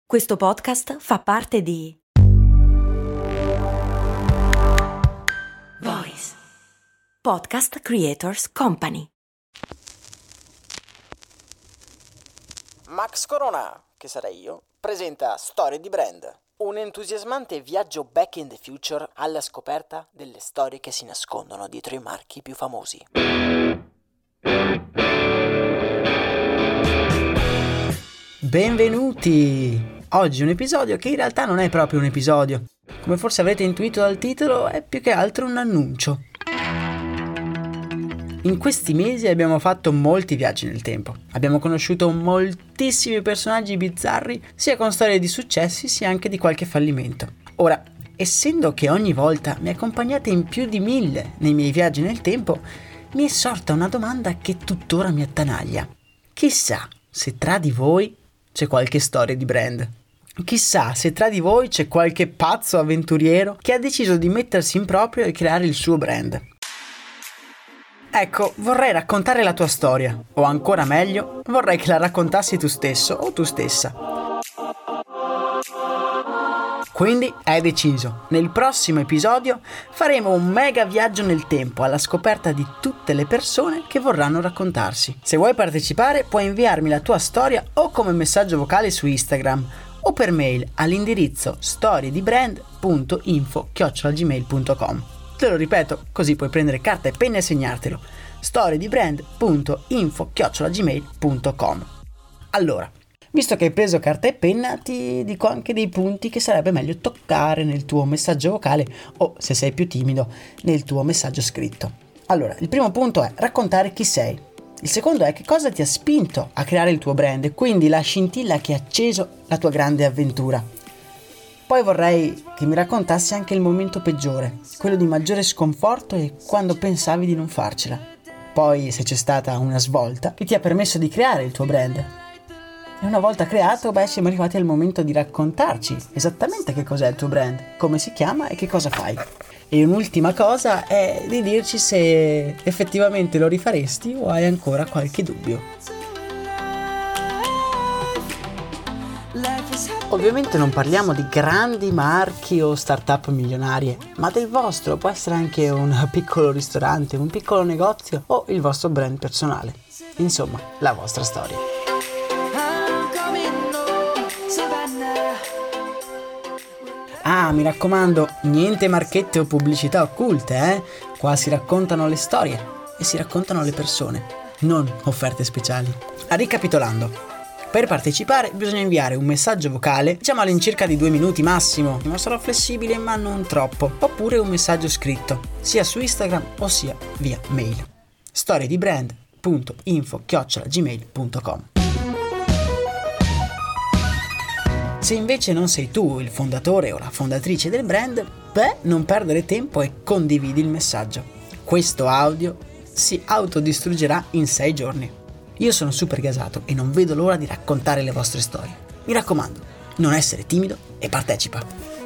Questo podcast fa parte di Voice Podcast Creators Company. Max Corona, che sarei io, presenta Storie di Brand, un entusiasmante viaggio back in the future alla scoperta delle storie che si nascondono dietro i marchi più famosi. Benvenuti! Oggi un episodio che in realtà non è proprio un episodio. Come forse avrete intuito dal titolo, è più che altro un annuncio. In questi mesi abbiamo fatto molti viaggi nel tempo. Abbiamo conosciuto moltissimi personaggi bizzarri, sia con storie di successi sia anche di qualche fallimento. Ora, essendo che ogni volta mi accompagnate in più di 1000 nei miei viaggi nel tempo, mi è sorta una domanda che tuttora mi attanaglia. Chissà se tra di voi c'è qualche storia di brand. Chissà se tra di voi c'è qualche pazzo avventuriero che ha deciso di mettersi in proprio e creare il suo brand. Ecco, vorrei raccontare la tua storia, o ancora meglio, vorrei che la raccontassi tu stesso o tu stessa. Quindi è deciso, nel prossimo episodio faremo un mega viaggio nel tempo alla scoperta di tutte le persone che vorranno raccontarsi. Se vuoi partecipare puoi inviarmi la tua storia o come messaggio vocale su Instagram o per mail all'indirizzo storiedibrand.info@gmail.com. Te lo ripeto, così puoi prendere carta e penna e segnartelo. storiedibrand.info@gmail.com. Allora, visto che hai preso carta e penna, ti dico anche dei punti che sarebbe meglio toccare nel tuo messaggio vocale o, se sei più timido, nel tuo messaggio scritto. Allora, il primo punto è raccontare chi sei. Il secondo è che cosa ti ha spinto a creare il tuo brand, quindi la scintilla che ha acceso la tua grande avventura. Poi vorrei che mi raccontassi anche il momento peggiore, quello di maggiore sconforto e quando pensavi di non farcela. Poi se c'è stata una svolta che ti ha permesso di creare il tuo brand. E una volta creato, siamo arrivati al momento di raccontarci esattamente che cos'è il tuo brand, come si chiama e che cosa fai. E un'ultima cosa è di dirci se effettivamente lo rifaresti o hai ancora qualche dubbio. Ovviamente non parliamo di grandi marchi o start-up milionarie, ma del vostro, può essere anche un piccolo ristorante, un piccolo negozio o il vostro brand personale. Insomma, la vostra storia. Ah, mi raccomando, niente marchette o pubblicità occulte, Qua si raccontano le storie e si raccontano le persone, non offerte speciali. Ricapitolando, per partecipare bisogna inviare un messaggio vocale, diciamo all'incirca di 2 minuti massimo, ma sarò flessibile ma non troppo, oppure un messaggio scritto, sia su Instagram o sia via mail. storiedibrand.info@gmail.com. Se invece non sei tu il fondatore o la fondatrice del brand, non perdere tempo e condividi il messaggio. Questo audio si autodistruggerà in 6 giorni. Io sono super gasato e non vedo l'ora di raccontare le vostre storie. Mi raccomando, non essere timido e partecipa.